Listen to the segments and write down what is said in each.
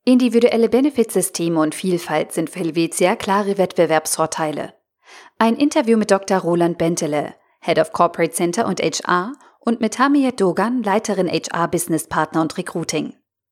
Individuelle Benefitsysteme und Vielfalt sind für Helvetia klare Wettbewerbsvorteile. Ein Interview mit Dr. Roland Bentele, Head of Corporate Center und HR, und mit Hamiyet Dogan, Leiterin HR Business Partner und Recruiting.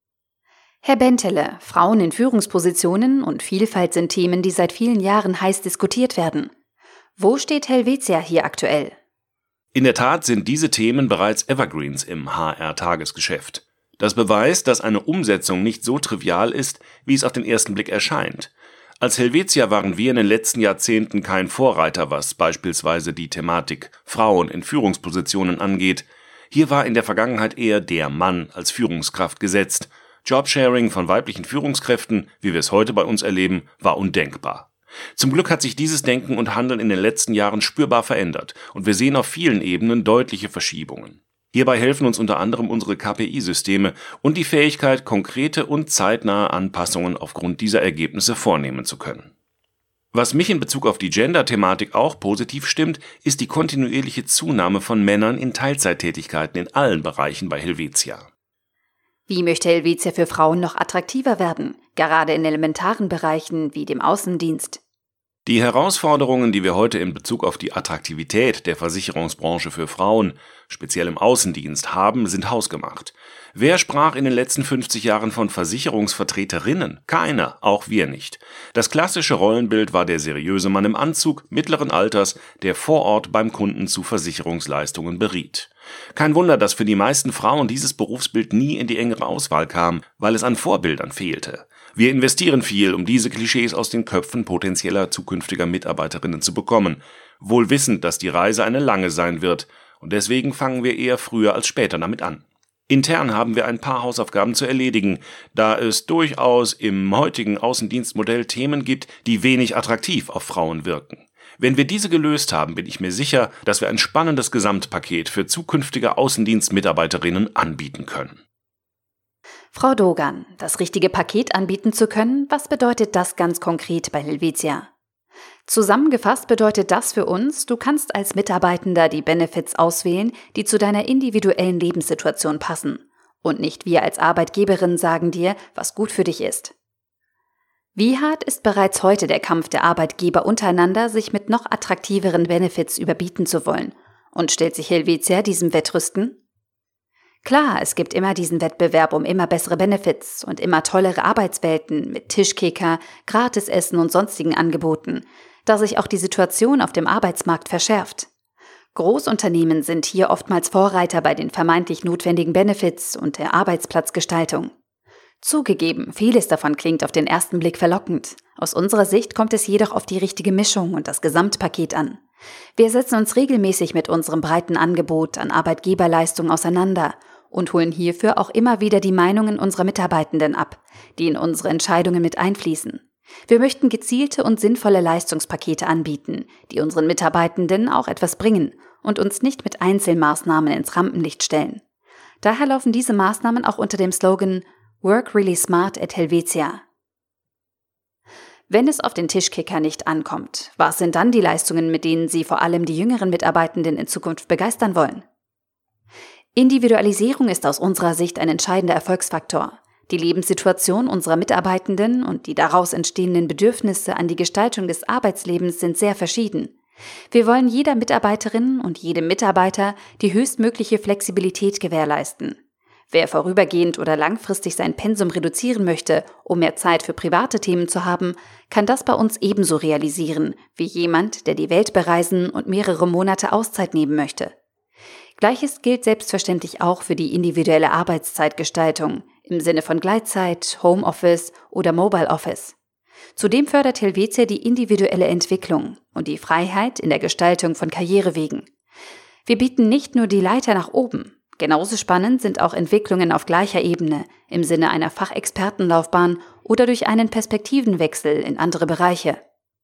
Herr Bentele, Frauen in Führungspositionen und Vielfalt sind Themen, die seit vielen Jahren heiß diskutiert werden. Wo steht Helvetia hier aktuell? In der Tat sind diese Themen bereits Evergreens im HR-Tagesgeschäft. Das beweist, dass eine Umsetzung nicht so trivial ist, wie es auf den ersten Blick erscheint. Als Helvetia waren wir in den letzten Jahrzehnten kein Vorreiter, was beispielsweise die Thematik Frauen in Führungspositionen angeht. Hier war in der Vergangenheit eher der Mann als Führungskraft gesetzt. Jobsharing von weiblichen Führungskräften, wie wir es heute bei uns erleben, war undenkbar. Zum Glück hat sich dieses Denken und Handeln in den letzten Jahren spürbar verändert und wir sehen auf vielen Ebenen deutliche Verschiebungen. Hierbei helfen uns unter anderem unsere KPI-Systeme und die Fähigkeit, konkrete und zeitnahe Anpassungen aufgrund dieser Ergebnisse vornehmen zu können. Was mich in Bezug auf die Gender-Thematik auch positiv stimmt, ist die kontinuierliche Zunahme von Männern in Teilzeittätigkeiten in allen Bereichen bei Helvetia. Wie möchte Helvetia für Frauen noch attraktiver werden, gerade in elementaren Bereichen wie dem Außendienst? Die Herausforderungen, die wir heute in Bezug auf die Attraktivität der Versicherungsbranche für Frauen, speziell im Außendienst, haben, sind hausgemacht. Wer sprach in den letzten 50 Jahren von Versicherungsvertreterinnen? Keiner, auch wir nicht. Das klassische Rollenbild war der seriöse Mann im Anzug, mittleren Alters, der vor Ort beim Kunden zu Versicherungsleistungen beriet. Kein Wunder, dass für die meisten Frauen dieses Berufsbild nie in die engere Auswahl kam, weil es an Vorbildern fehlte. Wir investieren viel, um diese Klischees aus den Köpfen potenzieller zukünftiger Mitarbeiterinnen zu bekommen, wohl wissend, dass die Reise eine lange sein wird, und deswegen fangen wir eher früher als später damit an. Intern haben wir ein paar Hausaufgaben zu erledigen, da es durchaus im heutigen Außendienstmodell Themen gibt, die wenig attraktiv auf Frauen wirken. Wenn wir diese gelöst haben, bin ich mir sicher, dass wir ein spannendes Gesamtpaket für zukünftige Außendienstmitarbeiterinnen anbieten können. Frau Dogan, das richtige Paket anbieten zu können, was bedeutet das ganz konkret bei Helvetia? Zusammengefasst bedeutet das für uns, du kannst als Mitarbeitender die Benefits auswählen, die zu deiner individuellen Lebenssituation passen. Und nicht wir als Arbeitgeberin sagen dir, was gut für dich ist. Wie hart ist bereits heute der Kampf der Arbeitgeber untereinander, sich mit noch attraktiveren Benefits überbieten zu wollen? Und stellt sich Helvetia diesem Wettrüsten? Klar, es gibt immer diesen Wettbewerb um immer bessere Benefits und immer tollere Arbeitswelten mit Tischkicker, Gratisessen und sonstigen Angeboten, da sich auch die Situation auf dem Arbeitsmarkt verschärft. Großunternehmen sind hier oftmals Vorreiter bei den vermeintlich notwendigen Benefits und der Arbeitsplatzgestaltung. Zugegeben, vieles davon klingt auf den ersten Blick verlockend. Aus unserer Sicht kommt es jedoch auf die richtige Mischung und das Gesamtpaket an. Wir setzen uns regelmäßig mit unserem breiten Angebot an Arbeitgeberleistungen auseinander und holen hierfür auch immer wieder die Meinungen unserer Mitarbeitenden ab, die in unsere Entscheidungen mit einfließen. Wir möchten gezielte und sinnvolle Leistungspakete anbieten, die unseren Mitarbeitenden auch etwas bringen und uns nicht mit Einzelmaßnahmen ins Rampenlicht stellen. Daher laufen diese Maßnahmen auch unter dem Slogan Work Really Smart at Helvetia. Wenn es auf den Tischkicker nicht ankommt, was sind dann die Leistungen, mit denen Sie vor allem die jüngeren Mitarbeitenden in Zukunft begeistern wollen? Individualisierung ist aus unserer Sicht ein entscheidender Erfolgsfaktor. Die Lebenssituation unserer Mitarbeitenden und die daraus entstehenden Bedürfnisse an die Gestaltung des Arbeitslebens sind sehr verschieden. Wir wollen jeder Mitarbeiterin und jedem Mitarbeiter die höchstmögliche Flexibilität gewährleisten. Wer vorübergehend oder langfristig sein Pensum reduzieren möchte, um mehr Zeit für private Themen zu haben, kann das bei uns ebenso realisieren wie jemand, der die Welt bereisen und mehrere Monate Auszeit nehmen möchte. Gleiches gilt selbstverständlich auch für die individuelle Arbeitszeitgestaltung im Sinne von Gleitzeit, Homeoffice oder Mobile Office. Zudem fördert Helvetia die individuelle Entwicklung und die Freiheit in der Gestaltung von Karrierewegen. Wir bieten nicht nur die Leiter nach oben. Genauso spannend sind auch Entwicklungen auf gleicher Ebene im Sinne einer Fachexpertenlaufbahn oder durch einen Perspektivenwechsel in andere Bereiche.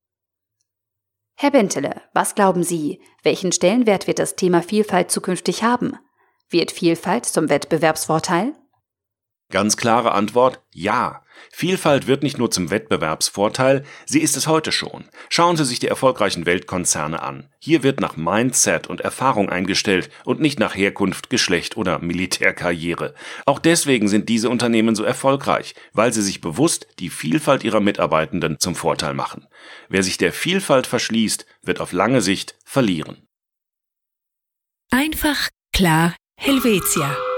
Herr Bentele, was glauben Sie, welchen Stellenwert wird das Thema Vielfalt zukünftig haben? Wird Vielfalt zum Wettbewerbsvorteil? Ganz klare Antwort: Ja. Vielfalt wird nicht nur zum Wettbewerbsvorteil, sie ist es heute schon. Schauen Sie sich die erfolgreichen Weltkonzerne an. Hier wird nach Mindset und Erfahrung eingestellt und nicht nach Herkunft, Geschlecht oder Militärkarriere. Auch deswegen sind diese Unternehmen so erfolgreich, weil sie sich bewusst die Vielfalt ihrer Mitarbeitenden zum Vorteil machen. Wer sich der Vielfalt verschließt, wird auf lange Sicht verlieren. Einfach, klar, Helvetia.